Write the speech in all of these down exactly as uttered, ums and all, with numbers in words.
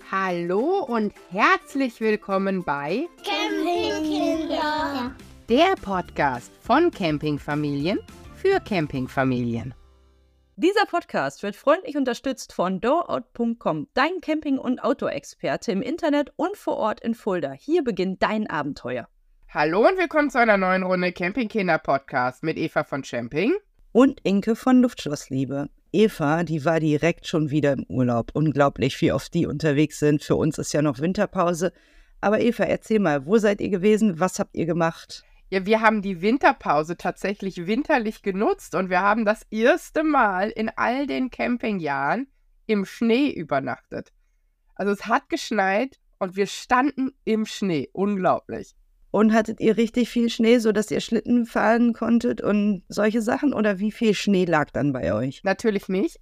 Hallo und herzlich willkommen bei Campingkinder, der Podcast von Campingfamilien für Campingfamilien. Dieser Podcast wird freundlich unterstützt von Doorout Punkt com, dein Camping- und Outdoor-Experte im Internet und vor Ort in Fulda. Hier beginnt dein Abenteuer. Hallo und willkommen zu einer neuen Runde Campingkinder-Podcast mit Eva von Camping. Und Inke von Luftschlossliebe. Eva, die war direkt schon wieder im Urlaub. Unglaublich, wie oft die unterwegs sind. Für uns ist ja noch Winterpause. Aber Eva, erzähl mal, wo seid ihr gewesen? Was habt ihr gemacht? Ja, wir haben die Winterpause tatsächlich winterlich genutzt und wir haben das erste Mal in all den Campingjahren im Schnee übernachtet. Also es hat geschneit und wir standen im Schnee. Unglaublich. Und hattet ihr richtig viel Schnee, sodass ihr Schlitten fahren konntet und solche Sachen? Oder wie viel Schnee lag dann bei euch? Natürlich nicht.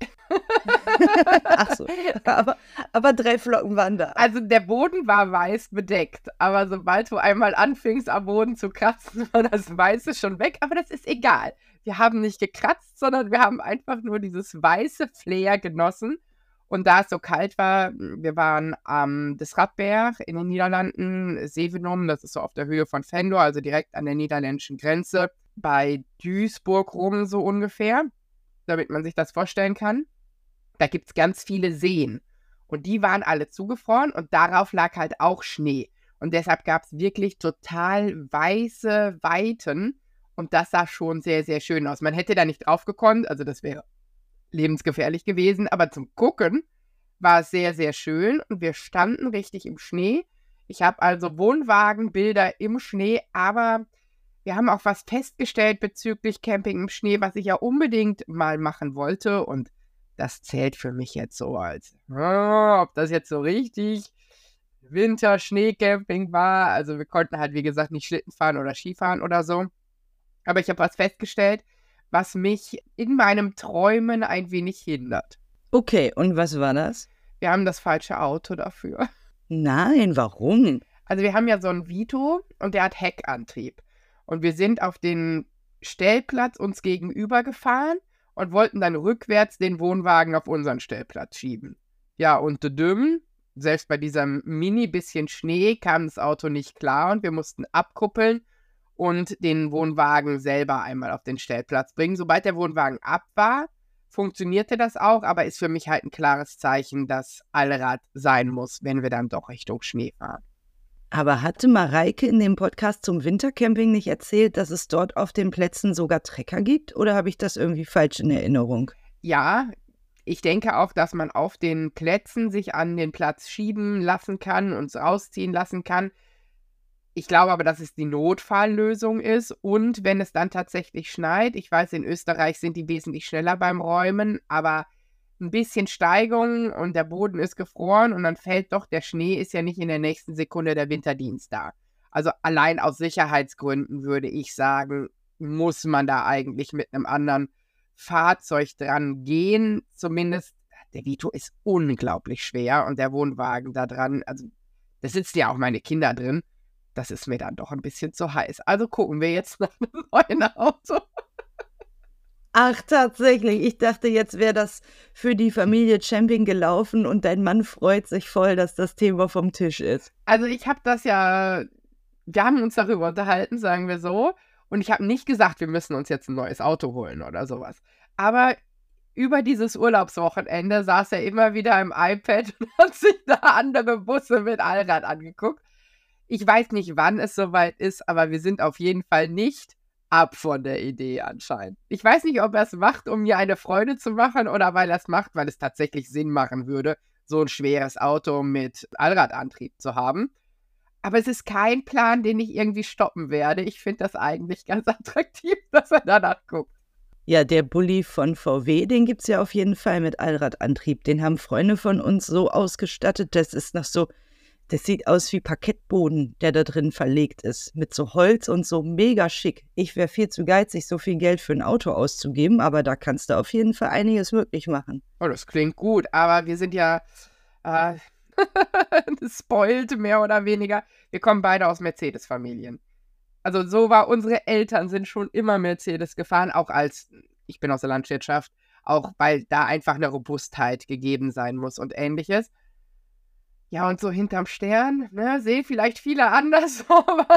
Ach so, aber, aber drei Flocken waren da. Also der Boden war weiß bedeckt, aber sobald du einmal anfingst am Boden zu kratzen, war das Weiße schon weg. Aber das ist egal. Wir haben nicht gekratzt, sondern wir haben einfach nur dieses weiße Flair genossen. Und da es so kalt war, wir waren am des Radberg in den Niederlanden, Zevenum, das ist so auf der Höhe von Venlo, also direkt an der niederländischen Grenze, bei Duisburg rum so ungefähr, damit man sich das vorstellen kann. Da gibt es ganz viele Seen und die waren alle zugefroren und darauf lag halt auch Schnee. Und deshalb gab es wirklich total weiße Weiten und das sah schon sehr, sehr schön aus. Man hätte da nicht drauf gekonnt, also das wäre lebensgefährlich gewesen, aber zum Gucken war es sehr, sehr schön und wir standen richtig im Schnee. Ich habe also Wohnwagenbilder im Schnee, aber wir haben auch was festgestellt bezüglich Camping im Schnee, was ich ja unbedingt mal machen wollte und das zählt für mich jetzt so als, oh, ob das jetzt so richtig Winter-Schneecamping war. Also wir konnten halt, wie gesagt, nicht Schlitten fahren oder Skifahren oder so, aber ich habe was festgestellt, was mich in meinem Träumen ein wenig hindert. Okay, und was war das? Wir haben das falsche Auto dafür. Nein, warum? Also wir haben ja so einen Vito und der hat Heckantrieb. Und wir sind auf den Stellplatz uns gegenüber gefahren und wollten dann rückwärts den Wohnwagen auf unseren Stellplatz schieben. Ja, und dümm, selbst bei diesem mini bisschen Schnee kam das Auto nicht klar und wir mussten abkuppeln und den Wohnwagen selber einmal auf den Stellplatz bringen. Sobald der Wohnwagen ab war, funktionierte das auch, aber ist für mich halt ein klares Zeichen, dass Allrad sein muss, wenn wir dann doch Richtung Schnee fahren. Aber hatte Mareike in dem Podcast zum Wintercamping nicht erzählt, dass es dort auf den Plätzen sogar Trecker gibt? Oder habe ich das irgendwie falsch in Erinnerung? Ja, ich denke auch, dass man auf den Plätzen sich an den Platz schieben lassen kann und rausziehen lassen kann. Ich glaube aber, dass es die Notfalllösung ist und wenn es dann tatsächlich schneit, ich weiß, in Österreich sind die wesentlich schneller beim Räumen, aber ein bisschen Steigung und der Boden ist gefroren und dann fällt doch der Schnee, ist ja nicht in der nächsten Sekunde der Winterdienst da. Also allein aus Sicherheitsgründen würde ich sagen, muss man da eigentlich mit einem anderen Fahrzeug dran gehen. Zumindest, der Vito ist unglaublich schwer und der Wohnwagen da dran, also da sitzen ja auch meine Kinder drin. Das ist mir dann doch ein bisschen zu heiß. Also gucken wir jetzt nach einem neuen Auto. Ach, tatsächlich. Ich dachte, jetzt wäre das für die Familie Camping gelaufen und dein Mann freut sich voll, dass das Thema vom Tisch ist. Also ich habe das ja, wir haben uns darüber unterhalten, sagen wir so. Und ich habe nicht gesagt, wir müssen uns jetzt ein neues Auto holen oder sowas. Aber über dieses Urlaubswochenende saß er immer wieder im iPad und hat sich da andere Busse mit Allrad angeguckt. Ich weiß nicht, wann es soweit ist, aber wir sind auf jeden Fall nicht ab von der Idee anscheinend. Ich weiß nicht, ob er es macht, um mir eine Freude zu machen oder weil er es macht, weil es tatsächlich Sinn machen würde, so ein schweres Auto mit Allradantrieb zu haben. Aber es ist kein Plan, den ich irgendwie stoppen werde. Ich finde das eigentlich ganz attraktiv, dass er danach guckt. Ja, der Bulli von V W, den gibt es ja auf jeden Fall mit Allradantrieb. Den haben Freunde von uns so ausgestattet, das ist noch so... Das sieht aus wie Parkettboden, der da drin verlegt ist, mit so Holz und so mega schick. Ich wäre viel zu geizig, so viel Geld für ein Auto auszugeben, aber da kannst du auf jeden Fall einiges möglich machen. Oh, das klingt gut, aber wir sind ja äh, spoiled, mehr oder weniger. Wir kommen beide aus Mercedes-Familien. Also so war, unsere Eltern sind schon immer Mercedes gefahren, auch als, ich bin aus der Landwirtschaft, auch weil da einfach eine Robustheit gegeben sein muss und ähnliches. Ja, und so hinterm Stern, ne, sehen vielleicht viele anders, aber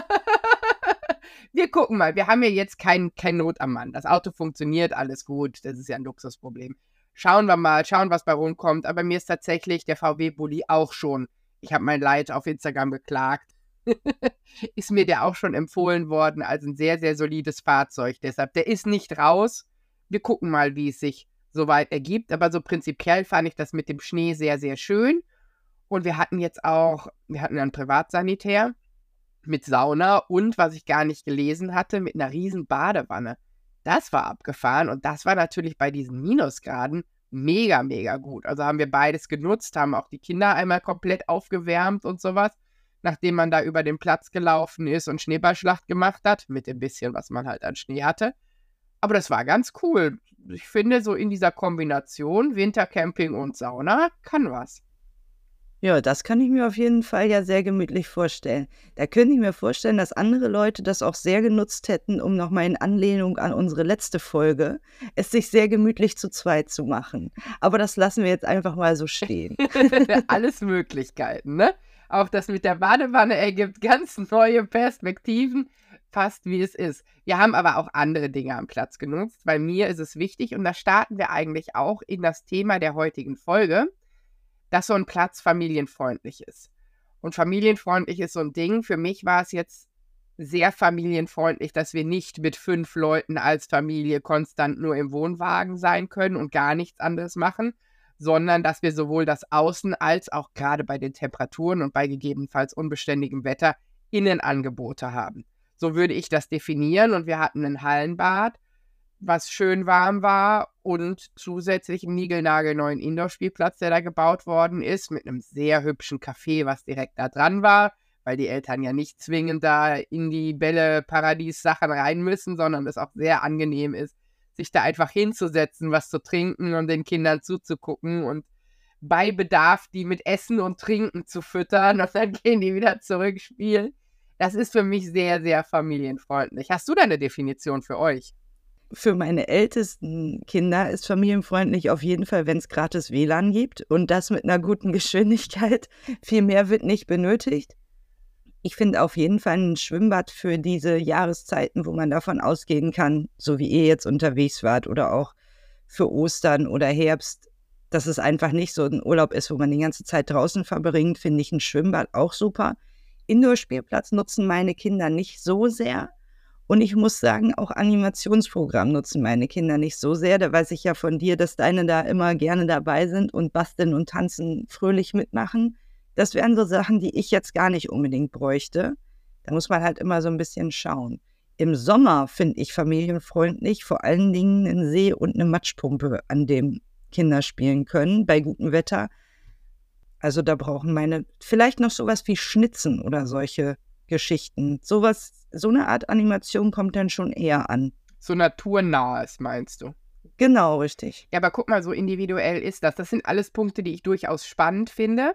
wir gucken mal. Wir haben ja jetzt kein kein Not am Mann. Das Auto funktioniert, alles gut. Das ist ja 'n Luxusproblem. Schauen wir mal, schauen, was bei rumkommt. Aber mir ist tatsächlich der V W-Bulli auch schon ich habe mein Leid auf Instagram geklagt, ist mir der auch schon empfohlen worden als 'n sehr, sehr solides Fahrzeug. Deshalb, der ist nicht raus. Wir gucken mal, wie es sich so weit ergibt. Aber so prinzipiell fand ich das mit dem Schnee sehr, sehr schön. Und wir hatten jetzt auch wir hatten ja 'n Privatsanitär mit Sauna und, was ich gar nicht gelesen hatte, mit 'ner riesen Badewanne. Das war abgefahren und das war natürlich bei diesen Minusgraden mega, mega gut. Also, haben wir beides genutzt, haben auch die Kinder einmal komplett aufgewärmt und so was, nachdem man da über den Platz gelaufen ist und Schneeballschlacht gemacht hat, mit dem bisschen, was man halt an Schnee hatte. Aber das war ganz cool. Ich finde, so in dieser Kombination Wintercamping und Sauna kann was. Ja, das kann ich mir auf jeden Fall ja sehr gemütlich vorstellen. Da könnte ich mir vorstellen, dass andere Leute das auch sehr genutzt hätten, um noch mal in Anlehnung an unsere letzte Folge, es sich sehr gemütlich zu zweit zu machen. Aber das lassen wir jetzt einfach mal so stehen. Alles Möglichkeiten, ne? Auch das mit der Badewanne ergibt ganz neue Perspektiven, fast wie es ist. Wir haben aber auch andere Dinge am Platz genutzt, weil mir ist es wichtig und da starten wir eigentlich auch in das Thema der heutigen Folge, dass so 'n Platz familienfreundlich ist. Und familienfreundlich ist so 'n Ding. Für mich war es jetzt sehr familienfreundlich, dass wir nicht mit fünf Leuten als Familie konstant nur im Wohnwagen sein können und gar nichts anderes machen, sondern dass wir sowohl das Außen als auch grade bei den Temperaturen und bei gegebenenfalls unbeständigem Wetter Innenangebote haben. So würde ich das definieren und wir hatten 'nen Hallenbad, was schön warm war und zusätzlich 'n niegelnagelneuen Indoor-Spielplatz, der da gebaut worden ist, mit 'nem sehr hübschen Café, was direkt da dran war, weil die Eltern ja nicht zwingend da in die Bälle-Paradies-Sachen rein müssen, sondern es auch sehr angenehm ist, sich da einfach hinzusetzen, was zu trinken und den Kindern zuzugucken und bei Bedarf die mit Essen und Trinken zu füttern und dann gehen die wieder zurück spielen. Das ist für mich sehr, sehr familienfreundlich. Hast du da 'ne Definition für euch? Für meine ältesten Kinder ist familienfreundlich auf jeden Fall, wenn's gratis W L A N gibt und das mit 'ner guten Geschwindigkeit. Viel mehr wird nicht benötigt. Ich finde auf jeden Fall 'n Schwimmbad für diese Jahreszeiten, wo man davon ausgehen kann, so wie ihr jetzt unterwegs wart oder auch für Ostern oder Herbst, dass es einfach nicht so 'n Urlaub ist, wo man die ganze Zeit draußen verbringt, finde ich 'n Schwimmbad auch super. Indoor-Spielplatz nutzen meine Kinder nicht so sehr. Und ich muss sagen, auch Animationsprogramm nutzen meine Kinder nicht so sehr. Da weiß ich ja von dir, dass deine da immer gerne dabei sind und basteln und tanzen fröhlich mitmachen. Das wären so Sachen, die ich jetzt gar nicht unbedingt bräuchte. Da muss man halt immer so 'n bisschen schauen. Im Sommer finde ich familienfreundlich vor allen Dingen 'nen See und 'ne Matschpumpe, an dem Kinder spielen können bei gutem Wetter. Also, da brauchen meine vielleicht noch so was wie Schnitzen oder solche Geschichten. So was so 'ne Art Animation kommt dann schon eher an. So Naturnahes, meinst du? Genau, richtig. Ja, aber guck mal, so individuell ist das. Das sind alles Punkte, die ich durchaus spannend finde.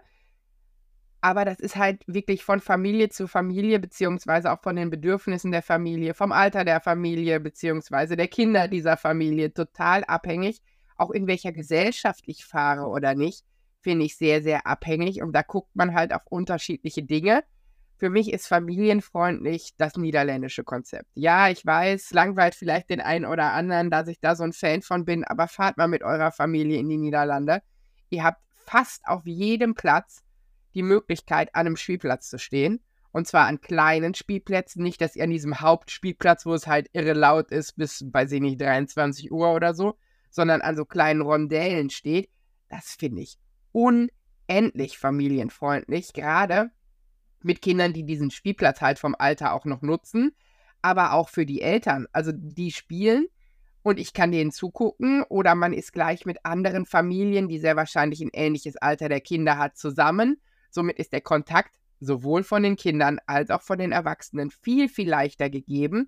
Aber das ist halt wirklich von Familie zu Familie, beziehungsweise auch von den Bedürfnissen der Familie, vom Alter der Familie, beziehungsweise der Kinder dieser Familie total abhängig. Auch in welcher Gesellschaft ich fahre oder nicht, finde ich sehr, sehr abhängig und da guckt man halt auf unterschiedliche Dinge. Für mich ist familienfreundlich das niederländische Konzept. Ja, ich weiß, langweilt vielleicht den einen oder anderen, dass ich da so 'n Fan von bin, aber fahrt mal mit eurer Familie in die Niederlande. Ihr habt fast auf jedem Platz die Möglichkeit, an 'nem Spielplatz zu stehen. Und zwar an kleinen Spielplätzen, nicht, dass ihr an diesem Hauptspielplatz, wo es halt irre laut ist, bis, weiß ich nicht, dreiundzwanzig Uhr oder so, sondern an so kleinen Rondellen steht. Das finde ich unendlich familienfreundlich, grade mit Kindern, die diesen Spielplatz halt vom Alter auch noch nutzen, aber auch für die Eltern. Also, die spielen und ich kann denen zugucken oder man ist gleich mit anderen Familien, die sehr wahrscheinlich 'n ähnliches Alter der Kinder hat, zusammen. Somit ist der Kontakt sowohl von den Kindern als auch von den Erwachsenen viel, viel leichter gegeben.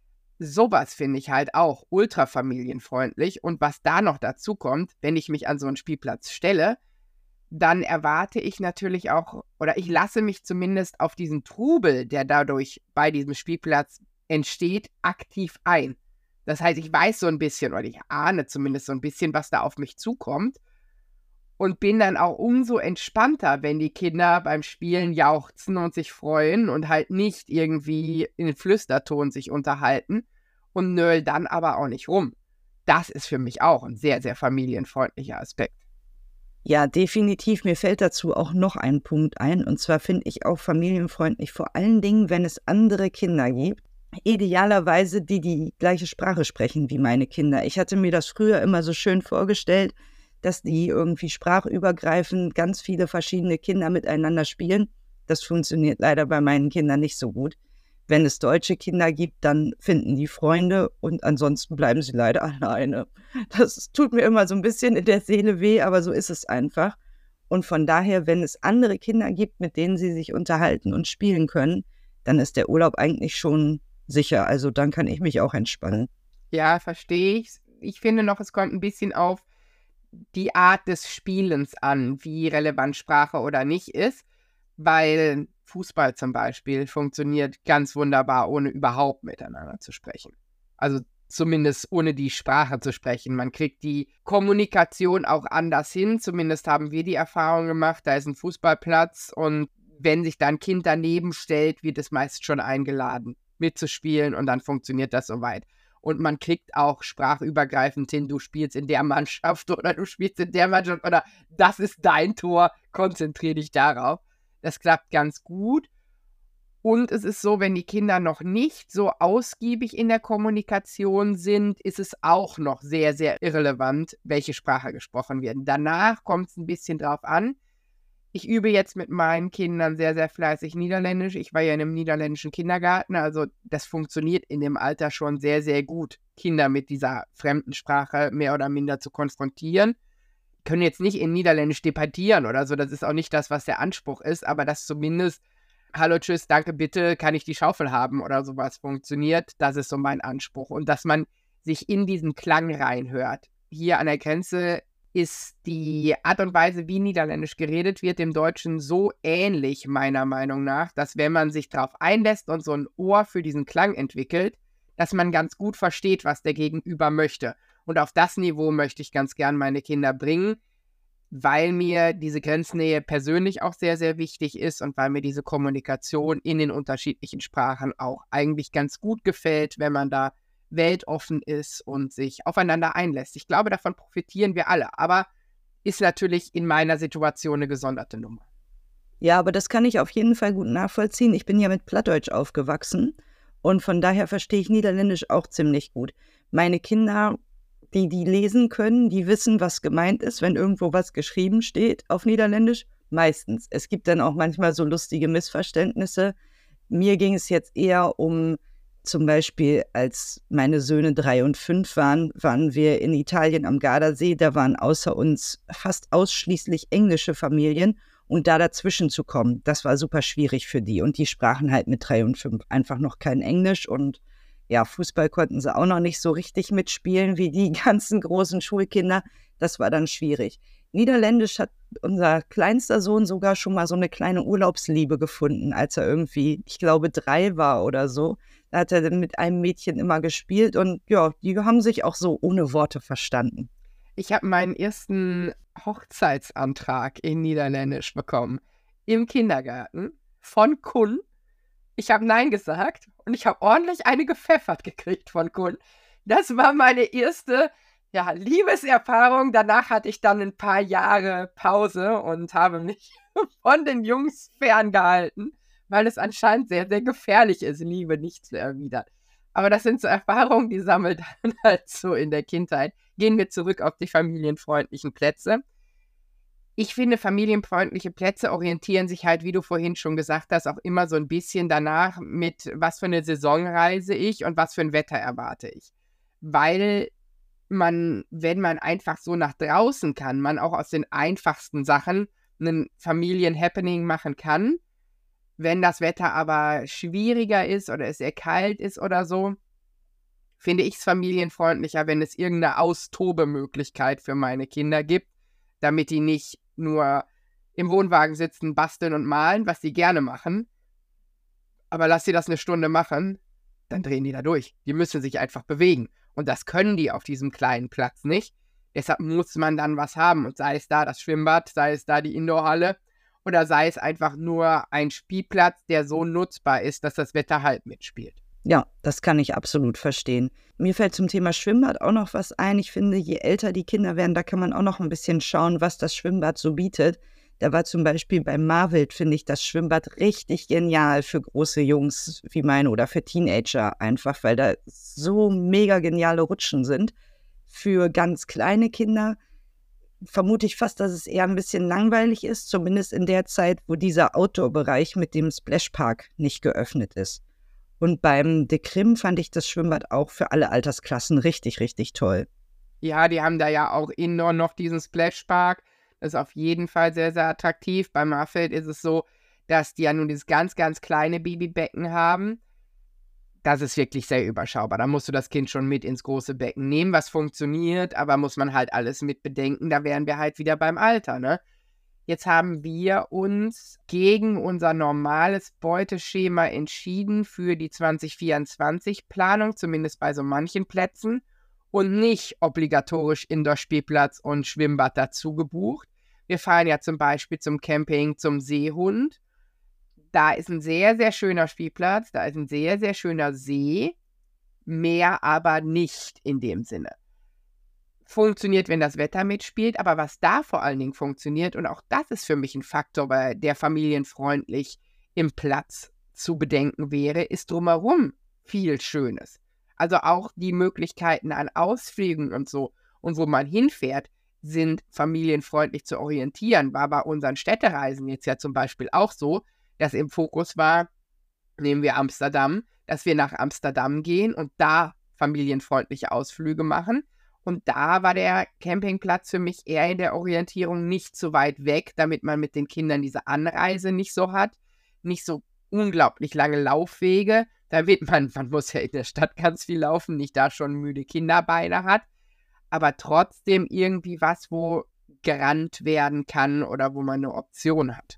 So was finde ich halt auch ultra familienfreundlich und was da noch dazukommt, wenn ich mich an so 'n Spielplatz stelle, dann erwarte ich natürlich auch oder ich lasse mich zumindest auf diesen Trubel, der dadurch bei diesem Spielplatz entsteht, aktiv ein. Das heißt, ich weiß so 'n bisschen oder ich ahne zumindest so 'n bisschen, was da auf mich zukommt. und bin dann auch umso entspannter, wenn die Kinder beim Spielen jauchzen und sich freuen und halt nicht irgendwie in Flüsterton sich unterhalten und nöl dann aber auch nicht rum. Das ist für mich auch ein sehr, sehr familienfreundlicher Aspekt. Ja, definitiv. Mir fällt dazu auch noch ein Punkt ein. Und zwar finde ich auch familienfreundlich, vor allen Dingen, wenn es andere Kinder gibt. Idealerweise, die die gleiche Sprache sprechen wie meine Kinder. Ich hatte mir das früher immer so schön vorgestellt, dass die irgendwie sprachübergreifend ganz viele verschiedene Kinder miteinander spielen. Das funktioniert leider bei meinen Kindern nicht so gut. Wenn es deutsche Kinder gibt, dann finden die Freunde und ansonsten bleiben sie leider alleine. Das tut mir immer so ein bisschen in der Seele weh, aber so ist es einfach. Und von daher, wenn es andere Kinder gibt, mit denen sie sich unterhalten und spielen können, dann ist der Urlaub eigentlich schon sicher. Also dann kann ich mich auch entspannen. Ja, verstehe ich. Ich finde noch, es kommt ein bisschen auf die Art des Spielens an, wie relevant Sprache oder nicht ist, weil Fußball zum Beispiel funktioniert ganz wunderbar, ohne überhaupt miteinander zu sprechen. Also zumindest ohne die Sprache zu sprechen. Man kriegt die Kommunikation auch anders hin, zumindest haben wir die Erfahrung gemacht, da ist ein Fußballplatz und wenn sich da ein Kind daneben stellt, wird es meist schon eingeladen, mitzuspielen und dann funktioniert das soweit. Und man kriegt auch sprachübergreifend hin, du spielst in der Mannschaft oder du spielst in der Mannschaft oder das ist dein Tor, konzentriere dich darauf. Das klappt ganz gut. Und es ist so, wenn die Kinder noch nicht so ausgiebig in der Kommunikation sind, ist es auch noch sehr, sehr irrelevant, welche Sprache gesprochen wird. Danach kommt es ein bisschen drauf an. Ich übe jetzt mit meinen Kindern sehr, sehr fleißig Niederländisch. Ich war ja in einem niederländischen Kindergarten, also das funktioniert in dem Alter schon sehr, sehr gut, Kinder mit dieser fremden Sprache mehr oder minder zu konfrontieren. Können jetzt nicht in Niederländisch debattieren oder so, das ist auch nicht das, was der Anspruch ist, aber dass zumindest Hallo, tschüss, danke, bitte, kann ich die Schaufel haben oder sowas funktioniert, das ist so mein Anspruch. Und dass man sich in diesen Klang reinhört. Hier an der Grenze ist die Art und Weise, wie Niederländisch geredet wird, dem Deutschen so ähnlich, meiner Meinung nach, dass wenn man sich darauf einlässt und so ein Ohr für diesen Klang entwickelt, dass man ganz gut versteht, was der Gegenüber möchte. Und auf das Niveau möchte ich ganz gern meine Kinder bringen, weil mir diese Grenznähe persönlich auch sehr, sehr wichtig ist und weil mir diese Kommunikation in den unterschiedlichen Sprachen auch eigentlich ganz gut gefällt, wenn man da weltoffen ist und sich aufeinander einlässt. Ich glaube, davon profitieren wir alle, aber ist natürlich in meiner Situation eine gesonderte Nummer. Ja, aber das kann ich auf jeden Fall gut nachvollziehen. Ich bin ja mit Plattdeutsch aufgewachsen und von daher verstehe ich Niederländisch auch ziemlich gut. Meine Kinder, die die lesen können, die wissen, was gemeint ist, wenn irgendwo was geschrieben steht auf Niederländisch. Meistens. Es gibt dann auch manchmal so lustige Missverständnisse. Mir ging es jetzt eher um zum Beispiel, als meine Söhne drei und fünf waren, waren wir in Italien am Gardasee. Da waren außer uns fast ausschließlich englische Familien. Und da dazwischen zu kommen, das war super schwierig für die. Und die sprachen halt mit drei und fünf einfach noch kein Englisch. Und ja, Fußball konnten sie auch noch nicht so richtig mitspielen wie die ganzen großen Schulkinder. Das war dann schwierig. Niederländisch hat unser kleinster Sohn sogar schon mal so eine kleine Urlaubsliebe gefunden, als er irgendwie, ich glaube, drei war oder so. Da hat er mit einem Mädchen immer gespielt und ja, die haben sich auch so ohne Worte verstanden. Ich habe meinen ersten Hochzeitsantrag in Niederländisch bekommen. Im Kindergarten von Kun. Ich habe Nein gesagt und ich habe ordentlich eine gepfeffert gekriegt von Kun. Das war meine erste ja, Liebeserfahrung. Danach hatte ich dann ein paar Jahre Pause und habe mich von den Jungs ferngehalten, weil es anscheinend sehr, sehr gefährlich ist, Liebe nicht zu erwidern. Aber das sind so Erfahrungen, die sammelt man halt so in der Kindheit. Gehen wir zurück auf die familienfreundlichen Plätze. Ich finde, familienfreundliche Plätze orientieren sich halt, wie du vorhin schon gesagt hast, auch immer so ein bisschen danach, mit was für eine Saison reise ich und was für ein Wetter erwarte ich. Weil man, wenn man einfach so nach draußen kann, man auch aus den einfachsten Sachen einen Familien-Happening machen kann. Wenn das Wetter aber schwieriger ist oder es sehr kalt ist oder so, finde ich es familienfreundlicher, wenn es irgendeine Austobemöglichkeit für meine Kinder gibt, damit die nicht nur im Wohnwagen sitzen, basteln und malen, was sie gerne machen. Aber lass sie das eine Stunde machen, dann drehen die da durch. Die müssen sich einfach bewegen. Und das können die auf diesem kleinen Platz nicht. Deshalb muss man dann was haben. Und sei es da das Schwimmbad, sei es da die Indoorhalle oder sei es einfach nur ein Spielplatz, der so nutzbar ist, dass das Wetter halt mitspielt. Ja, das kann ich absolut verstehen. Mir fällt zum Thema Schwimmbad auch noch was ein. Ich finde, je älter die Kinder werden, da kann man auch noch ein bisschen schauen, was das Schwimmbad so bietet. Da war zum Beispiel bei Marwild, finde ich, das Schwimmbad richtig genial für große Jungs wie meine oder für Teenager einfach, weil da so mega geniale Rutschen sind. Für ganz kleine Kinder vermute ich fast, dass es eher ein bisschen langweilig ist, zumindest in der Zeit, wo dieser Outdoor-Bereich mit dem Splashpark nicht geöffnet ist. Und beim De Krim fand ich das Schwimmbad auch für alle Altersklassen richtig, richtig toll. Ja, die haben da ja auch indoor noch diesen Splashpark. Das ist auf jeden Fall sehr, sehr attraktiv. Bei Marfeld ist es so, dass die ja nun dieses ganz, ganz kleine Babybecken haben. Das ist wirklich sehr überschaubar. Da musst du das Kind schon mit ins große Becken nehmen, was funktioniert, aber muss man halt alles mit bedenken. Da wären wir halt wieder beim Alter, ne? Jetzt haben wir uns gegen unser normales Beuteschema entschieden für die zwanzig vierundzwanzig-Planung, zumindest bei so manchen Plätzen, und nicht obligatorisch Indoor-Spielplatz und Schwimmbad dazu gebucht. Wir fahren ja zum Beispiel zum Camping zum Seehund. Da ist ein sehr, sehr schöner Spielplatz, da ist ein sehr, sehr schöner See, mehr aber nicht in dem Sinne. Funktioniert, wenn das Wetter mitspielt, aber was da vor allen Dingen funktioniert, und auch das ist für mich ein Faktor, bei der familienfreundlich im Platz zu bedenken wäre, ist drumherum viel Schönes. Also auch die Möglichkeiten an Ausflügen und so und wo man hinfährt, sind familienfreundlich zu orientieren. War bei unseren Städtereisen jetzt ja zum Beispiel auch so, dass im Fokus war, nehmen wir Amsterdam, dass wir nach Amsterdam gehen und da familienfreundliche Ausflüge machen. Und da war der Campingplatz für mich eher in der Orientierung nicht so weit weg, damit man mit den Kindern diese Anreise nicht so hat, nicht so unglaublich lange Laufwege, damit man, man muss ja in der Stadt ganz viel laufen, nicht da schon müde Kinderbeine hat, aber trotzdem irgendwie was, wo gerannt werden kann oder wo man eine Option hat.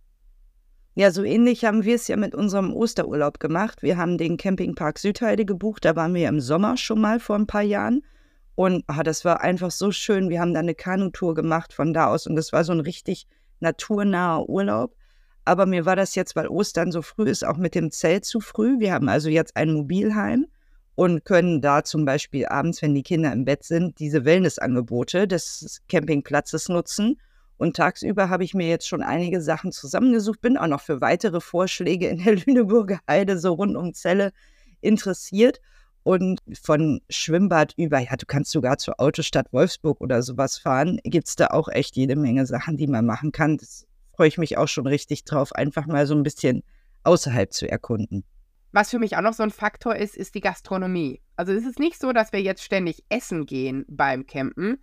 Ja, so ähnlich haben wir es ja mit unserem Osterurlaub gemacht. Wir haben den Campingpark Südheide gebucht, da waren wir im Sommer schon mal vor ein paar Jahren. Und ah, das war einfach so schön. Wir haben da eine Kanutour gemacht von da aus und das war so ein richtig naturnaher Urlaub. Aber mir war das jetzt, weil Ostern so früh ist, auch mit dem Zelt zu früh. Wir haben also jetzt ein Mobilheim und können da zum Beispiel abends, wenn die Kinder im Bett sind, diese Wellnessangebote des Campingplatzes nutzen. Und tagsüber habe ich mir jetzt schon einige Sachen zusammengesucht, bin auch noch für weitere Vorschläge in der Lüneburger Heide, so rund um Celle, interessiert. Und von Schwimmbad über, ja, du kannst sogar zur Autostadt Wolfsburg oder sowas fahren, gibt es da auch echt jede Menge Sachen, die man machen kann. Das freue ich mich auch schon richtig drauf, einfach mal so ein bisschen außerhalb zu erkunden. Was für mich auch noch so ein Faktor ist, ist die Gastronomie. Also es ist nicht so, dass wir jetzt ständig essen gehen beim Campen,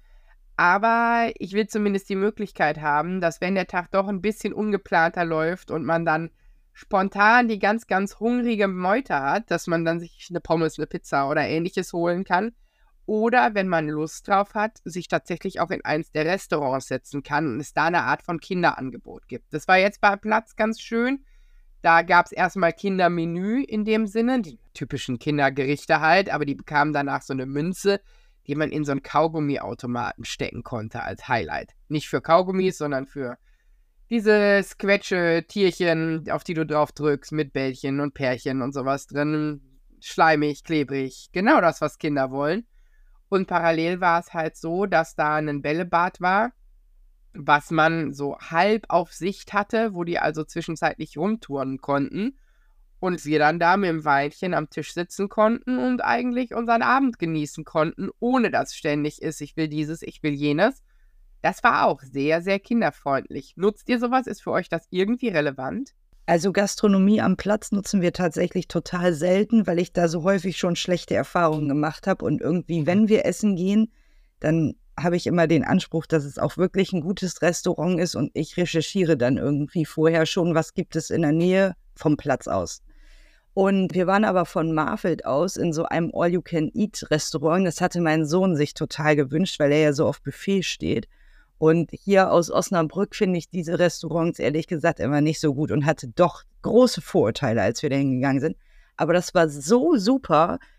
aber ich will zumindest die Möglichkeit haben, dass wenn der Tag doch ein bisschen ungeplanter läuft und man dann spontan die ganz, ganz hungrige Meute hat, dass man dann sich eine Pommes, eine Pizza oder Ähnliches holen kann. Oder, wenn man Lust drauf hat, sich tatsächlich auch in eins der Restaurants setzen kann und es da eine Art von Kinderangebot gibt. Das war jetzt bei Platz ganz schön. Da gab es erstmal Kindermenü in dem Sinne, die typischen Kindergerichte halt, aber die bekamen danach so eine Münze, die man in so einen Kaugummiautomaten stecken konnte als Highlight. Nicht für Kaugummis, sondern für diese Squetsche-Tierchen, auf die du drauf drückst, mit Bällchen und Pärchen und sowas drin. Schleimig, klebrig, genau das, was Kinder wollen. Und parallel war es halt so, dass da ein Bällebad war, was man so halb auf Sicht hatte, wo die also zwischenzeitlich rumtouren konnten. Und wir dann da mit dem Weinchen am Tisch sitzen konnten und eigentlich unseren Abend genießen konnten, ohne dass ständig ist, ich will dieses, ich will jenes. Das war auch sehr, sehr kinderfreundlich. Nutzt ihr sowas? Ist für euch das irgendwie relevant? Also Gastronomie am Platz nutzen wir tatsächlich total selten, weil ich da so häufig schon schlechte Erfahrungen gemacht habe. Und irgendwie, wenn wir essen gehen, dann habe ich immer den Anspruch, dass es auch wirklich ein gutes Restaurant ist. Und ich recherchiere dann irgendwie vorher schon, was gibt es in der Nähe vom Platz aus. Und wir waren aber von Marfeld aus in so einem All-You-Can-Eat-Restaurant. Das hatte mein Sohn sich total gewünscht, weil er ja so auf Buffet steht. Und hier aus Osnabrück finde ich diese Restaurants ehrlich gesagt immer nicht so gut und hatte doch große Vorurteile, als wir da hingegangen sind. Aber das war so super.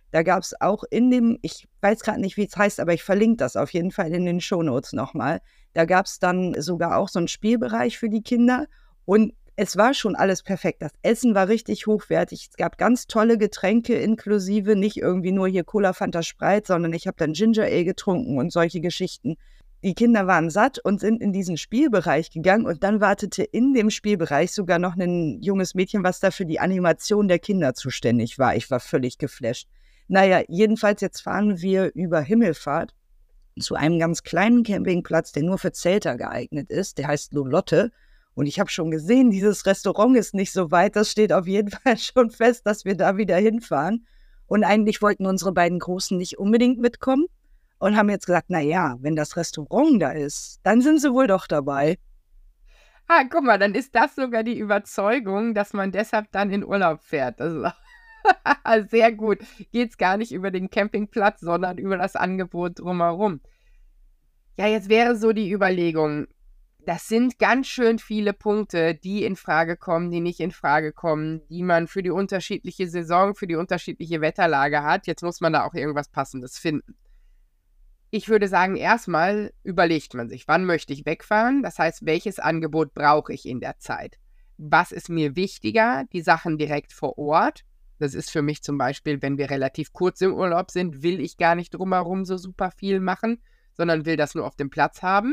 Da gab es auch in dem, ich weiß gerade nicht, wie es heißt, aber ich verlinke das auf jeden Fall in den Shownotes nochmal. Da gab es dann sogar auch so einen Spielbereich für die Kinder und es war schon alles perfekt. Das Essen war richtig hochwertig. Es gab ganz tolle Getränke inklusive, nicht irgendwie nur hier Cola, Fanta, Sprite, sondern ich habe dann Ginger Ale getrunken und solche Geschichten. Die Kinder waren satt und sind in diesen Spielbereich gegangen und dann wartete in dem Spielbereich sogar noch ein junges Mädchen, was da für die Animation der Kinder zuständig war. Ich war völlig geflasht. Naja, jedenfalls jetzt fahren wir über Himmelfahrt zu einem ganz kleinen Campingplatz, der nur für Zelter geeignet ist. Der heißt Lolotte. Und ich habe schon gesehen, dieses Restaurant ist nicht so weit. Das steht auf jeden Fall schon fest, dass wir da wieder hinfahren. Und eigentlich wollten unsere beiden Großen nicht unbedingt mitkommen und haben jetzt gesagt, na ja, wenn das Restaurant da ist, dann sind sie wohl doch dabei. Ah, guck mal, dann ist das sogar die Überzeugung, dass man deshalb dann in Urlaub fährt. Das ist auch sehr gut. Geht es gar nicht über den Campingplatz, sondern über das Angebot drumherum. Ja, jetzt wäre so die Überlegung, das sind ganz schön viele Punkte, die in Frage kommen, die nicht in Frage kommen, die man für die unterschiedliche Saison, für die unterschiedliche Wetterlage hat. Jetzt muss man da auch irgendwas Passendes finden. Ich würde sagen, erstmal überlegt man sich, wann möchte ich wegfahren? Das heißt, welches Angebot brauche ich in der Zeit? Was ist mir wichtiger? Die Sachen direkt vor Ort. Das ist für mich zum Beispiel, wenn wir relativ kurz im Urlaub sind, will ich gar nicht drumherum so super viel machen, sondern will das nur auf dem Platz haben.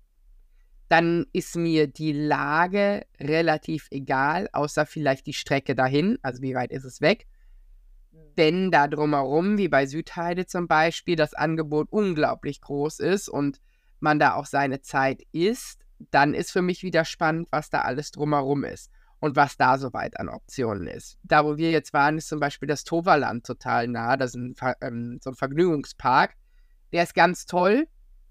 Dann ist mir die Lage relativ egal, außer vielleicht die Strecke dahin, also wie weit ist es weg. Wenn da drumherum, wie bei Südheide zum Beispiel, das Angebot unglaublich groß ist und man da auch seine Zeit isst, dann ist für mich wieder spannend, was da alles drumherum ist und was da soweit an Optionen ist. Da, wo wir jetzt waren, ist zum Beispiel das Toverland total nah. Das ist ein, Ver- ähm, so ein Vergnügungspark. Der ist ganz toll.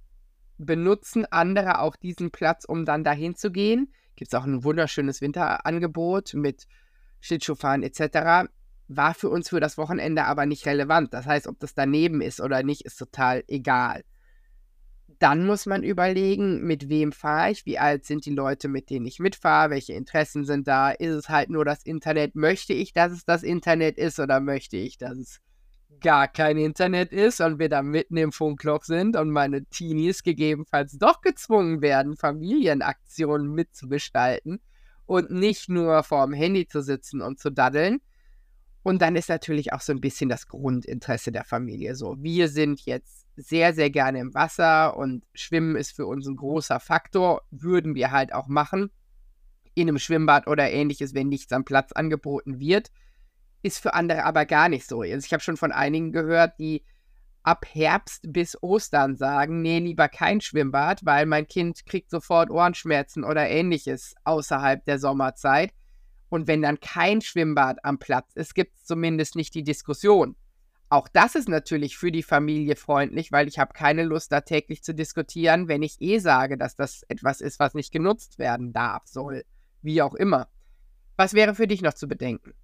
Benutzen andere auch diesen Platz, um dann dahin zu gehen. Gibt es auch ein wunderschönes Winterangebot mit Schlittschuhfahren et cetera. War für uns für das Wochenende aber nicht relevant. Das heißt, ob das daneben ist oder nicht, ist total egal. Dann muss man überlegen, mit wem fahre ich, wie alt sind die Leute, mit denen ich mitfahre, welche Interessen sind da, ist es halt nur das Internet, möchte ich, dass es das Internet ist oder möchte ich, dass es gar kein Internet ist und wir da mitten im Funkloch sind und meine Teenies gegebenenfalls doch gezwungen werden, Familienaktionen mitzugestalten und nicht nur vorm Handy zu sitzen und zu daddeln. Und dann ist natürlich auch so ein bisschen das Grundinteresse der Familie so. Wir sind jetzt sehr, sehr gerne im Wasser und Schwimmen ist für uns ein großer Faktor, würden wir halt auch machen. In einem Schwimmbad oder ähnliches, wenn nichts am Platz angeboten wird. Ist für andere aber gar nicht so. Also ich habe schon von einigen gehört, die ab Herbst bis Ostern sagen, nee, lieber kein Schwimmbad, weil mein Kind kriegt sofort Ohrenschmerzen oder ähnliches außerhalb der Sommerzeit. Und wenn dann kein Schwimmbad am Platz ist, gibt es zumindest nicht die Diskussion. Auch das ist natürlich für die Familie freundlich, weil ich habe keine Lust, da täglich zu diskutieren, wenn ich eh sage, dass das etwas ist, was nicht genutzt werden darf, soll, wie auch immer. Was wäre für dich noch zu bedenken?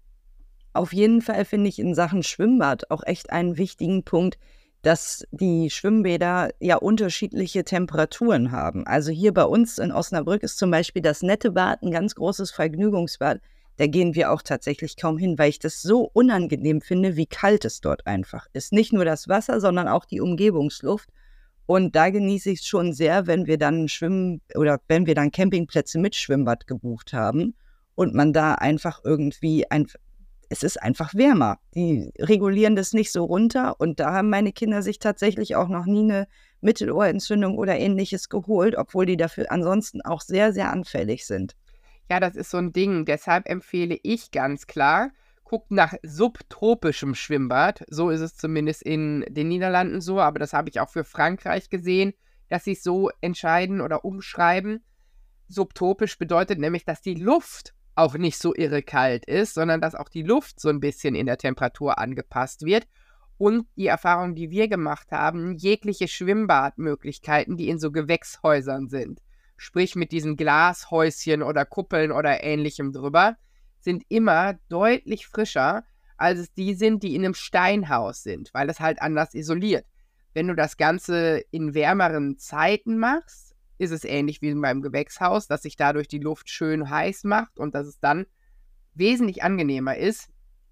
Auf jeden Fall finde ich in Sachen Schwimmbad auch echt einen wichtigen Punkt, dass die Schwimmbäder ja unterschiedliche Temperaturen haben. Also hier bei uns in Osnabrück ist zum Beispiel das Nettebad ein ganz großes Vergnügungsbad. Da gehen wir auch tatsächlich kaum hin, weil ich das so unangenehm finde, wie kalt es dort einfach ist. Nicht nur das Wasser, sondern auch die Umgebungsluft. Und da genieße ich es schon sehr, wenn wir dann Schwimmen oder wenn wir dann Campingplätze mit Schwimmbad gebucht haben und man da einfach irgendwie ein es ist einfach wärmer. Die regulieren das nicht so runter und da haben meine Kinder sich tatsächlich auch noch nie eine Mittelohrentzündung oder Ähnliches geholt, obwohl die dafür ansonsten auch sehr, sehr anfällig sind. Ja, das ist so ein Ding. Deshalb empfehle ich ganz klar, guckt nach subtropischem Schwimmbad. So ist es zumindest in den Niederlanden so, aber das habe ich auch für Frankreich gesehen, dass sie es so entscheiden oder umschreiben. Subtropisch bedeutet nämlich, dass die Luft auch nicht so irre kalt ist, sondern dass auch die Luft so ein bisschen in der Temperatur angepasst wird. Und die Erfahrung, die wir gemacht haben, jegliche Schwimmbadmöglichkeiten, die in so Gewächshäusern sind, sprich mit diesen Glashäuschen oder Kuppeln oder Ähnlichem drüber, sind immer deutlich frischer, als es die sind, die in einem Steinhaus sind, weil es halt anders isoliert. Wenn du das Ganze in wärmeren Zeiten machst, ist es ähnlich wie beim Gewächshaus, dass sich dadurch die Luft schön heiß macht und dass es dann wesentlich angenehmer ist.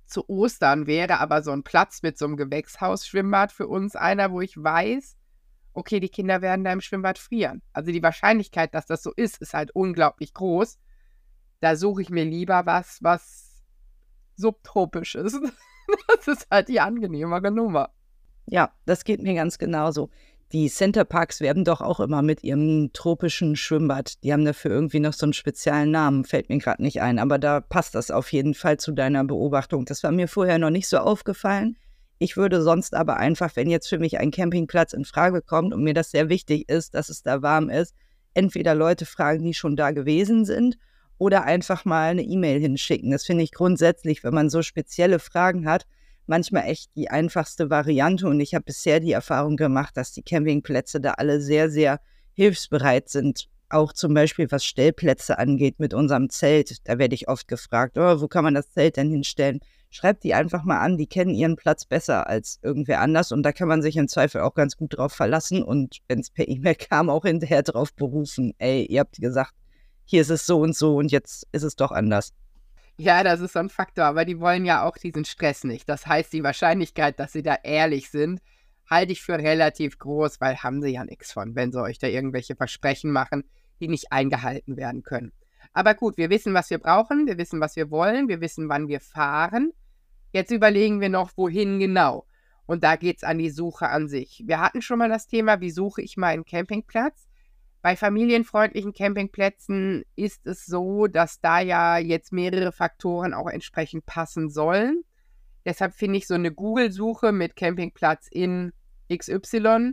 Zu Ostern wäre aber so ein Platz mit so einem Gewächshausschwimmbad für uns einer, wo ich weiß, okay, die Kinder werden da im Schwimmbad frieren. Also die Wahrscheinlichkeit, dass das so ist, ist halt unglaublich groß. Da suche ich mir lieber was, was subtropisch ist. Das ist halt die angenehmere Nummer. Ja, das geht mir ganz genauso. Die Centerparks werben doch auch immer mit ihrem tropischen Schwimmbad. Die haben dafür irgendwie noch so einen speziellen Namen, fällt mir gerade nicht ein. Aber da passt das auf jeden Fall zu deiner Beobachtung. Das war mir vorher noch nicht so aufgefallen. Ich würde sonst aber einfach, wenn jetzt für mich ein Campingplatz in Frage kommt und mir das sehr wichtig ist, dass es da warm ist, entweder Leute fragen, die schon da gewesen sind, oder einfach mal eine E-Mail hinschicken. Das finde ich grundsätzlich, wenn man so spezielle Fragen hat, manchmal echt die einfachste Variante. Und ich habe bisher die Erfahrung gemacht, dass die Campingplätze da alle sehr, sehr hilfsbereit sind. Auch zum Beispiel, was Stellplätze angeht mit unserem Zelt. Da werde ich oft gefragt, oh, wo kann man das Zelt denn hinstellen? Schreibt die einfach mal an, die kennen ihren Platz besser als irgendwer anders. Und da kann man sich im Zweifel auch ganz gut drauf verlassen. Und wenn es per E-Mail kam, auch hinterher drauf berufen. Ey, ihr habt gesagt, hier ist es so und so und jetzt ist es doch anders. Ja, das ist so ein Faktor, aber die wollen ja auch diesen Stress nicht. Das heißt, die Wahrscheinlichkeit, dass sie da ehrlich sind, halte ich für relativ groß, weil haben sie ja nichts von, wenn sie euch da irgendwelche Versprechen machen, die nicht eingehalten werden können. Aber gut, wir wissen, was wir brauchen, wir wissen, was wir wollen, wir wissen, wann wir fahren. Jetzt überlegen wir noch, wohin genau. Und da geht es an die Suche an sich. Wir hatten schon mal das Thema, wie suche ich meinen Campingplatz? Bei familienfreundlichen Campingplätzen ist es so, dass da ja jetzt mehrere Faktoren auch entsprechend passen sollen. Deshalb finde ich so eine Google-Suche mit Campingplatz in X Y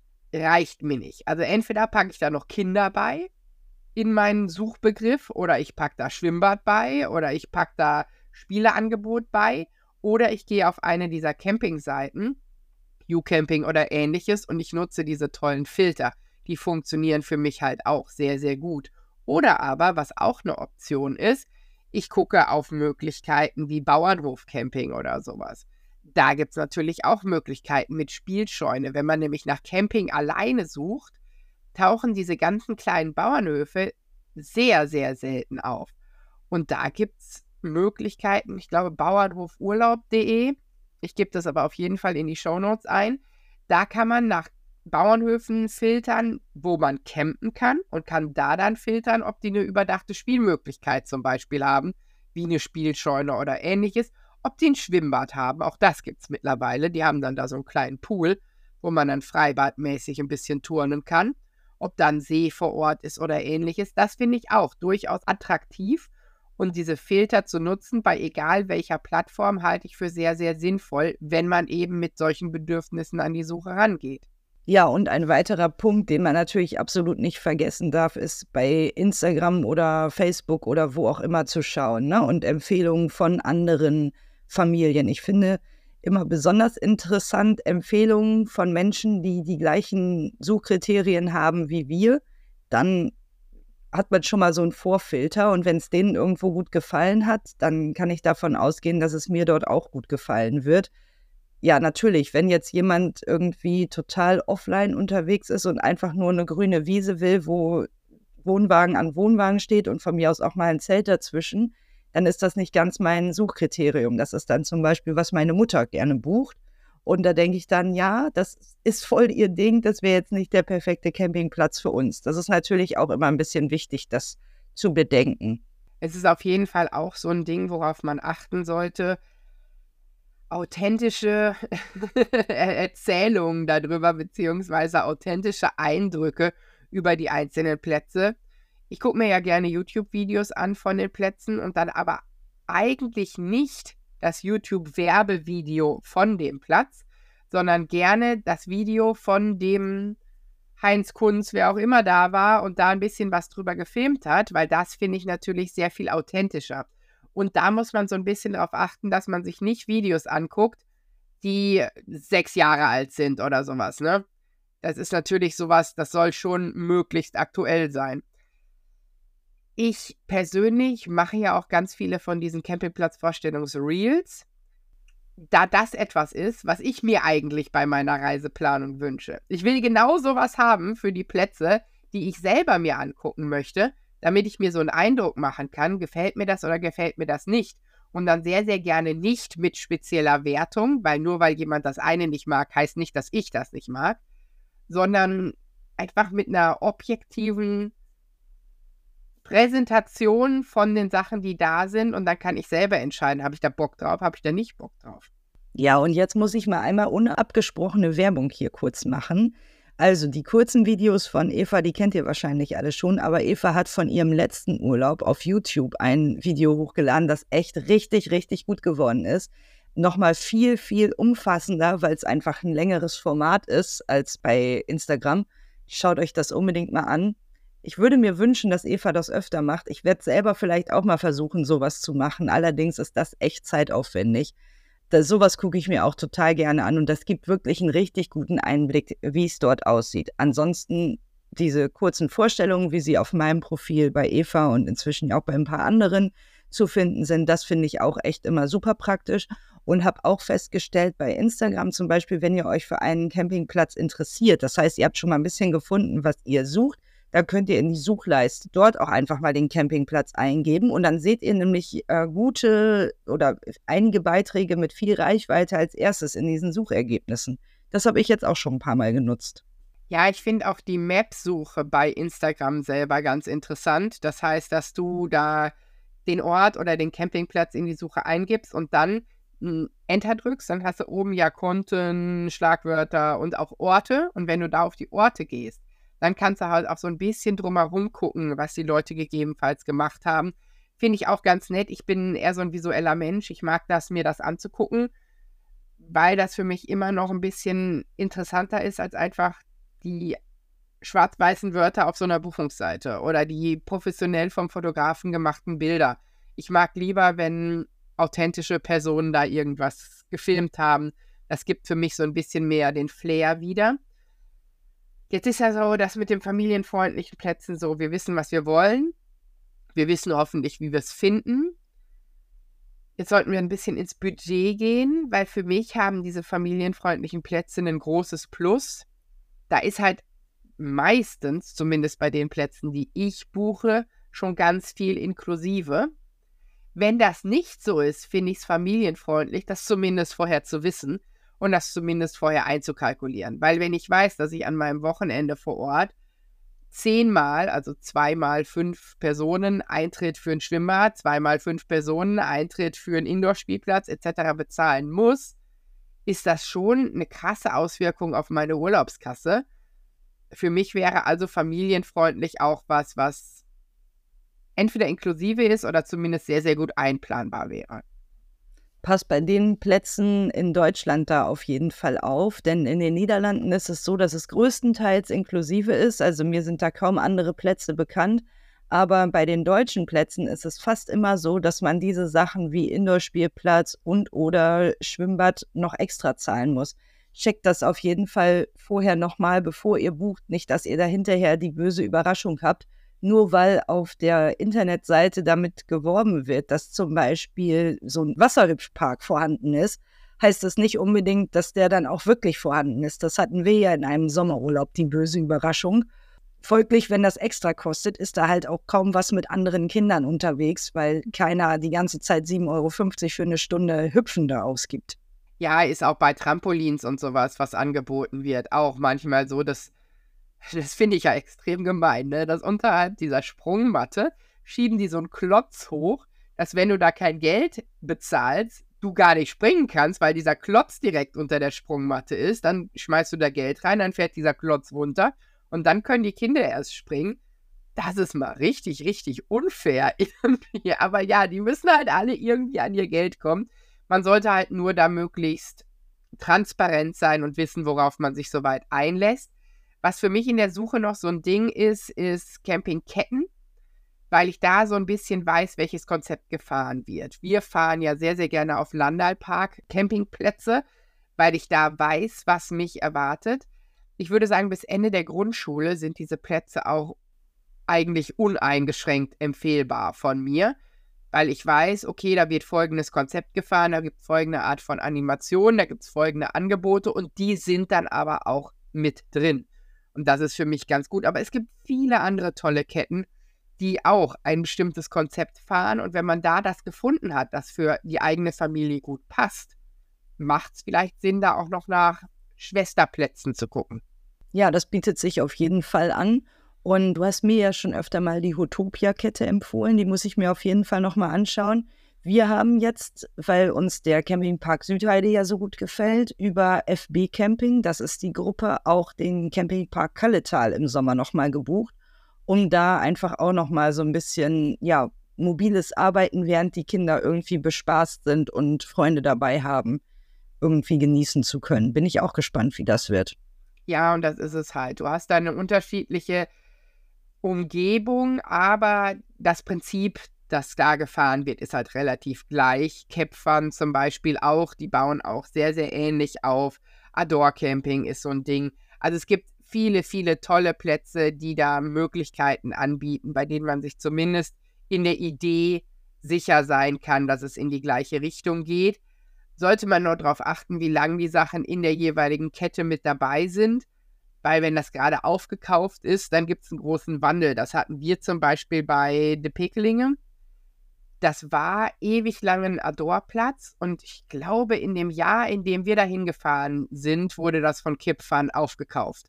reicht mir nicht. Also entweder packe ich da noch Kinder bei in meinen Suchbegriff oder ich packe da Schwimmbad bei oder ich packe da Spieleangebot bei oder ich gehe auf eine dieser Campingseiten, YouCamping oder ähnliches, und ich nutze diese tollen Filter. Die funktionieren für mich halt auch sehr, sehr gut. Oder aber, was auch eine Option ist, ich gucke auf Möglichkeiten wie Bauernhofcamping oder sowas. Da gibt es natürlich auch Möglichkeiten mit Spielscheune. Wenn man nämlich nach Camping alleine sucht, tauchen diese ganzen kleinen Bauernhöfe sehr, sehr selten auf. Und da gibt es Möglichkeiten, ich glaube bauernhofurlaub punkt de, ich gebe das aber auf jeden Fall in die Shownotes ein, da kann man nach Bauernhöfen filtern, wo man campen kann und kann da dann filtern, ob die eine überdachte Spielmöglichkeit zum Beispiel haben, wie eine Spielscheune oder ähnliches, ob die ein Schwimmbad haben, auch das gibt es mittlerweile, die haben dann da so einen kleinen Pool, wo man dann freibadmäßig ein bisschen turnen kann, ob da ein See vor Ort ist oder ähnliches, das finde ich auch durchaus attraktiv und diese Filter zu nutzen, bei egal welcher Plattform, halte ich für sehr, sehr sinnvoll, wenn man eben mit solchen Bedürfnissen an die Suche rangeht. Ja, und ein weiterer Punkt, den man natürlich absolut nicht vergessen darf, ist bei Instagram oder Facebook oder wo auch immer zu schauen, ne? Und Empfehlungen von anderen Familien. Ich finde immer besonders interessant Empfehlungen von Menschen, die die gleichen Suchkriterien haben wie wir. Dann hat man schon mal so einen Vorfilter und wenn es denen irgendwo gut gefallen hat, dann kann ich davon ausgehen, dass es mir dort auch gut gefallen wird. Ja, natürlich, wenn jetzt jemand irgendwie total offline unterwegs ist und einfach nur eine grüne Wiese will, wo Wohnwagen an Wohnwagen steht und von mir aus auch mal ein Zelt dazwischen, dann ist das nicht ganz mein Suchkriterium. Das ist dann zum Beispiel, was meine Mutter gerne bucht. Und da denke ich dann, ja, das ist voll ihr Ding, das wäre jetzt nicht der perfekte Campingplatz für uns. Das ist natürlich auch immer ein bisschen wichtig, das zu bedenken. Es ist auf jeden Fall auch so ein Ding, worauf man achten sollte, authentische Erzählungen darüber, beziehungsweise authentische Eindrücke über die einzelnen Plätze. Ich gucke mir ja gerne YouTube-Videos an von den Plätzen und dann aber eigentlich nicht das YouTube-Werbevideo von dem Platz, sondern gerne das Video von dem Heinz Kunz, wer auch immer da war und da ein bisschen was drüber gefilmt hat, weil das finde ich natürlich sehr viel authentischer. Und da muss man so ein bisschen darauf achten, dass man sich nicht Videos anguckt, die sechs Jahre alt sind oder sowas, ne? Das ist natürlich sowas, das soll schon möglichst aktuell sein. Ich persönlich mache ja auch ganz viele von diesen Campingplatz-Vorstellungs-Reels, da das etwas ist, was ich mir eigentlich bei meiner Reiseplanung wünsche. Ich will genau sowas haben für die Plätze, die ich selber mir angucken möchte, damit ich mir so einen Eindruck machen kann, gefällt mir das oder gefällt mir das nicht. und dann sehr, sehr gerne nicht mit spezieller Wertung, weil nur weil jemand das eine nicht mag, heißt nicht, dass ich das nicht mag, sondern einfach mit einer objektiven Präsentation von den Sachen, die da sind, und dann kann ich selber entscheiden, habe ich da Bock drauf, habe ich da nicht Bock drauf. Ja, und jetzt muss ich mal einmal unabgesprochene Werbung hier kurz machen. Also die kurzen Videos von Eva, die kennt ihr wahrscheinlich alle schon, aber Eva hat von ihrem letzten Urlaub auf YouTube ein Video hochgeladen, das echt richtig, richtig gut geworden ist. Nochmal viel, viel umfassender, weil es einfach ein längeres Format ist als bei Instagram. Schaut euch das unbedingt mal an. Ich würde mir wünschen, dass Eva das öfter macht. Ich werde selber vielleicht auch mal versuchen, sowas zu machen. Allerdings ist das echt zeitaufwendig. Das, sowas gucke ich mir auch total gerne an und das gibt wirklich einen richtig guten Einblick, wie es dort aussieht. Ansonsten diese kurzen Vorstellungen, wie sie auf meinem Profil bei Eva und inzwischen auch bei ein paar anderen zu finden sind, das finde ich auch echt immer super praktisch und habe auch festgestellt bei Instagram zum Beispiel, wenn ihr euch für einen Campingplatz interessiert, das heißt, ihr habt schon mal ein bisschen gefunden, was ihr sucht, dann könnt ihr in die Suchleiste dort auch einfach mal den Campingplatz eingeben und dann seht ihr nämlich äh, gute oder einige Beiträge mit viel Reichweite als erstes in diesen Suchergebnissen. Das habe ich jetzt auch schon ein paar Mal genutzt. Ja, ich finde auch die Map-Suche bei Instagram selber ganz interessant. Das heißt, dass du da den Ort oder den Campingplatz in die Suche eingibst und dann mh, Enter drückst, dann hast du oben ja Konten, Schlagwörter und auch Orte. Und wenn du da auf die Orte gehst, dann kannst du halt auch so ein bisschen drumherum gucken, was die Leute gegebenenfalls gemacht haben. Finde ich auch ganz nett. Ich bin eher so ein visueller Mensch. Ich mag das, mir das anzugucken, weil das für mich immer noch ein bisschen interessanter ist, als einfach die schwarz-weißen Wörter auf so einer Buchungsseite oder die professionell vom Fotografen gemachten Bilder. Ich mag lieber, wenn authentische Personen da irgendwas gefilmt haben. Das gibt für mich so ein bisschen mehr den Flair wieder. Jetzt ist ja so, dass mit den familienfreundlichen Plätzen so, wir wissen, was wir wollen. Wir wissen hoffentlich, wie wir es finden. Jetzt sollten wir ein bisschen ins Budget gehen, weil für mich haben diese familienfreundlichen Plätze ein großes Plus. Da ist halt meistens, zumindest bei den Plätzen, die ich buche, schon ganz viel inklusive. Wenn das nicht so ist, finde ich es familienfreundlich, das zumindest vorher zu wissen und das zumindest vorher einzukalkulieren. Weil wenn ich weiß, dass ich an meinem Wochenende vor Ort zehnmal, also zweimal fünf Personen Eintritt für ein Schwimmbad, zweimal fünf Personen Eintritt für einen Indoor-Spielplatz et cetera bezahlen muss, ist das schon eine krasse Auswirkung auf meine Urlaubskasse. Für mich wäre also familienfreundlich auch was, was entweder inklusive ist oder zumindest sehr, sehr gut einplanbar wäre. Passt bei den Plätzen in Deutschland da auf jeden Fall auf, denn in den Niederlanden ist es so, dass es größtenteils inklusive ist, also mir sind da kaum andere Plätze bekannt, aber bei den deutschen Plätzen ist es fast immer so, dass man diese Sachen wie Indoor-Spielplatz und oder Schwimmbad noch extra zahlen muss. Checkt das auf jeden Fall vorher nochmal, bevor ihr bucht, nicht, dass ihr da hinterher die böse Überraschung habt, nur weil auf der Internetseite damit geworben wird, dass zum Beispiel so ein Wasserrutschpark vorhanden ist, heißt das nicht unbedingt, dass der dann auch wirklich vorhanden ist. Das hatten wir ja in einem Sommerurlaub, die böse Überraschung. Folglich, wenn das extra kostet, ist da halt auch kaum was mit anderen Kindern unterwegs, weil keiner die ganze Zeit sieben Euro fünfzig für eine Stunde Hüpfende ausgibt. Ja, ist auch bei Trampolins und sowas, was angeboten wird, auch manchmal so, dass das finde ich ja extrem gemein, ne? Dass unterhalb dieser Sprungmatte schieben die so einen Klotz hoch, dass wenn du da kein Geld bezahlst, du gar nicht springen kannst, weil dieser Klotz direkt unter der Sprungmatte ist. Dann schmeißt du da Geld rein, dann fährt dieser Klotz runter und dann können die Kinder erst springen. Das ist mal richtig, richtig unfair irgendwie. Aber ja, die müssen halt alle irgendwie an ihr Geld kommen. Man sollte halt nur da möglichst transparent sein und wissen, worauf man sich soweit einlässt. Was für mich in der Suche noch so ein Ding ist, ist Campingketten, weil ich da so ein bisschen weiß, welches Konzept gefahren wird. Wir fahren ja sehr, sehr gerne auf Landalpark Campingplätze, weil ich da weiß, was mich erwartet. Ich würde sagen, bis Ende der Grundschule sind diese Plätze auch eigentlich uneingeschränkt empfehlbar von mir, weil ich weiß, okay, da wird folgendes Konzept gefahren, da gibt es folgende Art von Animation, da gibt es folgende Angebote und die sind dann aber auch mit drin. Und das ist für mich ganz gut. Aber es gibt viele andere tolle Ketten. die auch ein bestimmtes Konzept fahren. Und wenn man da das gefunden hat, das für die eigene Familie gut passt, macht es vielleicht Sinn, da auch noch nach Schwesterplätzen zu gucken. Ja, das bietet sich auf jeden Fall an. Und du hast mir ja schon öfter mal die Hotopia-Kette empfohlen. Die muss ich mir auf jeden Fall nochmal anschauen. Wir haben jetzt, weil uns der Campingpark Südheide ja so gut gefällt, über F B Camping, das ist die Gruppe, auch den Campingpark Kalletal im Sommer nochmal gebucht, um da einfach auch nochmal so ein bisschen, ja, mobiles Arbeiten, während die Kinder irgendwie bespaßt sind und Freunde dabei haben, irgendwie genießen zu können. Bin ich auch gespannt, wie das wird. Ja, und das ist es halt. Du hast da eine unterschiedliche Umgebung, aber das Prinzip, das da gefahren wird, ist halt relativ gleich. Kepfern zum Beispiel auch, die bauen auch sehr, sehr ähnlich auf. Adore Camping ist so ein Ding. Also es gibt viele, viele tolle Plätze, die da Möglichkeiten anbieten, bei denen man sich zumindest in der Idee sicher sein kann, dass es in die gleiche Richtung geht. Sollte man nur darauf achten, wie lange die Sachen in der jeweiligen Kette mit dabei sind, weil wenn das gerade aufgekauft ist, dann gibt es einen großen Wandel. Das hatten wir zum Beispiel bei De Pekelinge. Das war ewig lang ein Adore-Platz und ich glaube, in dem Jahr, in dem wir dahin gefahren sind, wurde das von Kipfern aufgekauft.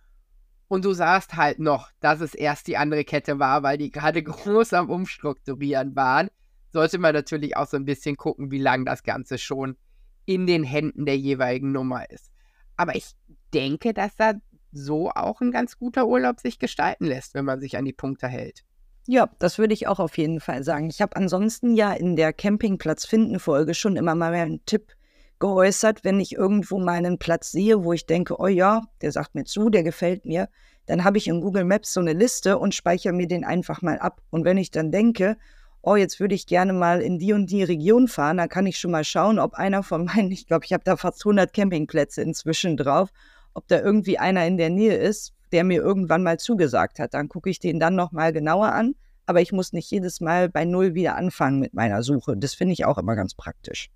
Und du sahst halt noch, dass es erst die andere Kette war, weil die gerade groß am Umstrukturieren waren. Sollte man natürlich auch so ein bisschen gucken, wie lange das Ganze schon in den Händen der jeweiligen Nummer ist. Aber ich denke, dass da so auch ein ganz guter Urlaub sich gestalten lässt, wenn man sich an die Punkte hält. Ja, das würde ich auch auf jeden Fall sagen. Ich habe ansonsten ja in der Campingplatz-Finden-Folge schon immer mal einen Tipp geäußert, wenn ich irgendwo mal einen Platz sehe, wo ich denke, oh ja, der sagt mir zu, der gefällt mir, dann habe ich in Google Maps so eine Liste und speichere mir den einfach mal ab. Und wenn ich dann denke, oh, jetzt würde ich gerne mal in die und die Region fahren, dann kann ich schon mal schauen, ob einer von meinen, ich glaube, ich habe da fast hundert Campingplätze inzwischen drauf, ob da irgendwie einer in der Nähe ist, der mir irgendwann mal zugesagt hat. Dann gucke ich den dann nochmal genauer an, aber ich muss nicht jedes Mal bei Null wieder anfangen mit meiner Suche. Das finde ich auch immer ganz praktisch.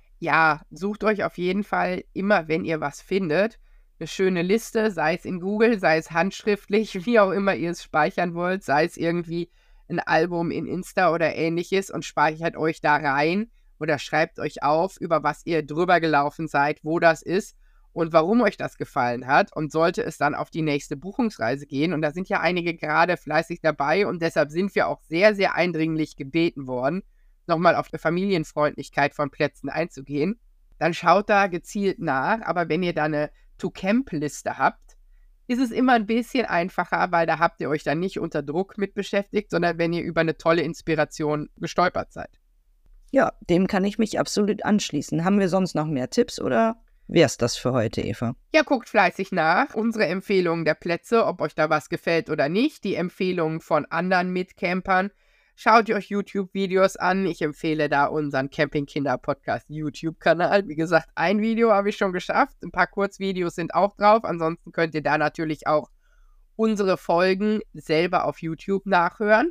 Ja, sucht euch auf jeden Fall immer, wenn ihr was findet, eine schöne Liste, sei es in Google, sei es handschriftlich, wie auch immer ihr es speichern wollt, sei es irgendwie ein Album in Insta oder ähnliches und speichert euch da rein oder schreibt euch auf, über was ihr drüber gelaufen seid, wo das ist und warum euch das gefallen hat. Und sollte es dann auf die nächste Buchungsreise gehen, und da sind ja einige gerade fleißig dabei und deshalb sind wir auch sehr, sehr eindringlich gebeten worden, nochmal auf die Familienfreundlichkeit von Plätzen einzugehen, dann schaut da gezielt nach. Aber wenn ihr da eine To-Camp-Liste habt, ist es immer ein bisschen einfacher, weil da habt ihr euch dann nicht unter Druck mit beschäftigt, sondern wenn ihr über eine tolle Inspiration gestolpert seid. Ja, dem kann ich mich absolut anschließen. Haben wir sonst noch mehr Tipps oder wäre es das für heute, Eva? Ja, guckt fleißig nach. Unsere Empfehlungen der Plätze, ob euch da was gefällt oder nicht. Die Empfehlungen von anderen Mitcampern. Schaut ihr euch YouTube-Videos an. Ich empfehle da unseren Camping-Kinder-Podcast-YouTube-Kanal. Wie gesagt, ein Video habe ich schon geschafft. Ein paar Kurzvideos sind auch drauf. Ansonsten könnt ihr da natürlich auch unsere Folgen selber auf YouTube nachhören.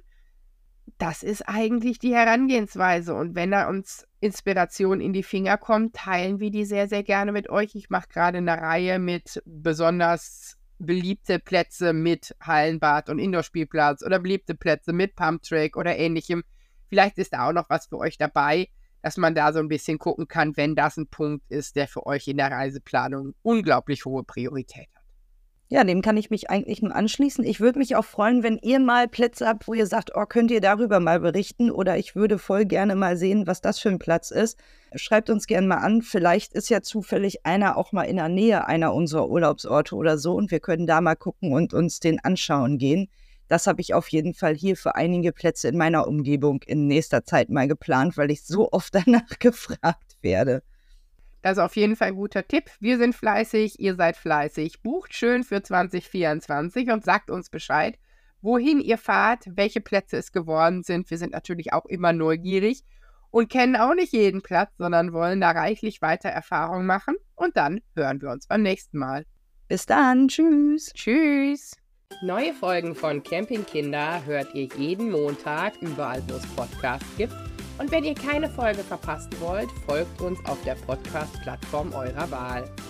Das ist eigentlich die Herangehensweise. Und wenn da uns Inspiration in die Finger kommt, teilen wir die sehr, sehr gerne mit euch. Ich mache gerade eine Reihe mit besonders beliebte Plätze mit Hallenbad und Indoor-Spielplatz oder beliebte Plätze mit Pumptrack oder ähnlichem. Vielleicht ist da auch noch was für euch dabei, dass man da so ein bisschen gucken kann, wenn das ein Punkt ist, der für euch in der Reiseplanung unglaublich hohe Priorität hat. Ja, dem kann ich mich eigentlich nur anschließen. Ich würde mich auch freuen, wenn ihr mal Plätze habt, wo ihr sagt, oh, könnt ihr darüber mal berichten, oder ich würde voll gerne mal sehen, was das für ein Platz ist. Schreibt uns gerne mal an. Vielleicht ist ja zufällig einer auch mal in der Nähe einer unserer Urlaubsorte oder so und wir können da mal gucken und uns den anschauen gehen. Das habe ich auf jeden Fall hier für einige Plätze in meiner Umgebung in nächster Zeit mal geplant, weil ich so oft danach gefragt werde. Das ist auf jeden Fall ein guter Tipp. Wir sind fleißig, ihr seid fleißig. Bucht schön für zwanzig vierundzwanzig und sagt uns Bescheid, wohin ihr fahrt, welche Plätze es geworden sind. Wir sind natürlich auch immer neugierig und kennen auch nicht jeden Platz, sondern wollen da reichlich weiter Erfahrung machen. Und dann hören wir uns beim nächsten Mal. Bis dann, tschüss. Tschüss. Neue Folgen von Campingkinder hört ihr jeden Montag, überall wo es Podcasts gibt. Und wenn ihr keine Folge verpassen wollt, folgt uns auf der Podcast-Plattform eurer Wahl.